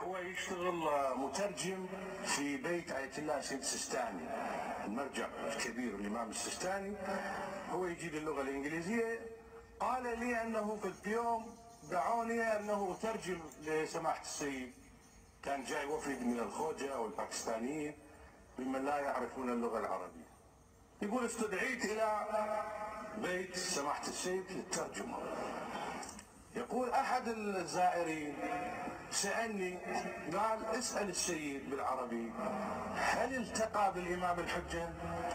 هو يشتغل مترجم في بيت آية الله سيد السيستاني، المرجع الكبير الإمام السيستاني. هو يجيد اللغة الإنجليزية. قال لي أنه في يوم دعوني أنه أترجم لسماحة السيد. كان جاي وفد من الخوجة والباكستانيين ممن لا يعرفون اللغة العربية. يقول استدعيت إلى بيت سماحة السيد للترجمة. يقول أحد الزائرين سألني قال اسأل السيد بالعربي هل التقى بالإمام الحجة؟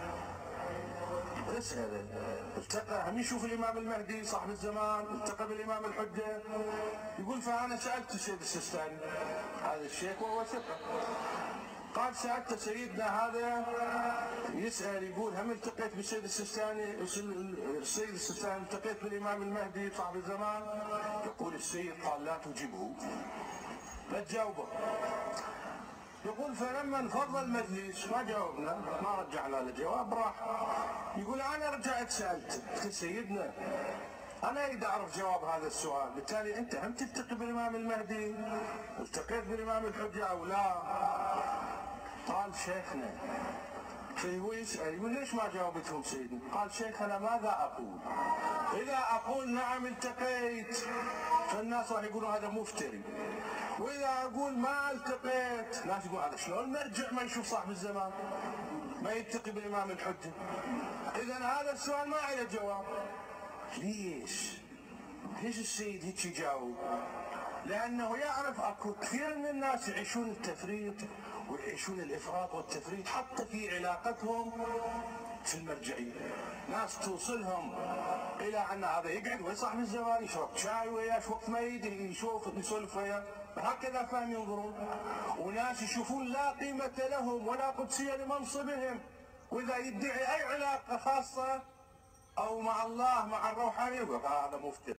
اسأله التقى، هم يشوف الإمام المهدي صاحب الزمان التقى بالإمام الحجة؟ يقول فأنا سألت السيد السيستاني هذا الشيخ وهو ثقة. قال سألت سيدنا هذا يسأل يقول هم التقيت بالسيد السيستاني؟ السيد السيستاني التقيت بالإمام المهدي صاحب الزمان؟ يقول السيد قال لا تجيبه، لا تجاوبه. يقول فلما انفض المجلس ما جاوبنا، ما رجعنا له جواب، راح. يقول انا رجعت سالته قلت سيدنا انا اريد اعرف جواب هذا السؤال، بالتالي انت هم تلتقي بالامام المهدي؟ التقيت بالامام الحجه او لا؟ قال شيخنا. فهو يسال يقول ليش ما جاوبتهم سيدنا؟ قال شيخنا ماذا اقول؟ اذا اقول نعم التقيت فالناس راح يقولون هذا مفتري، واذا اقول ما التقيت ناس يقول هذا شلون مرجع ما يشوف صاحب الزمان ما يلتقي بالامام الحجه؟ اذا هذا السؤال ما له جواب. ليش السيد هيك يجاوب؟ لانه يعرف اكو كثير من الناس يعيشون التفريط ويعيشون الافراط والتفريط حتى في علاقتهم في المرجعيه. ناس توصلهم الى ان هذا يقعد ويا صاحب الزمان يشرب شاي وياه وقت ما يشوف يسولف وياه، هكذا فهم ينظرون. وناس يشوفون لا قيمه لهم ولا قدسيه لمنصبهم، واذا يدعي اي علاقه خاصه او مع الله مع الروحانيه يقول هذا مفتي.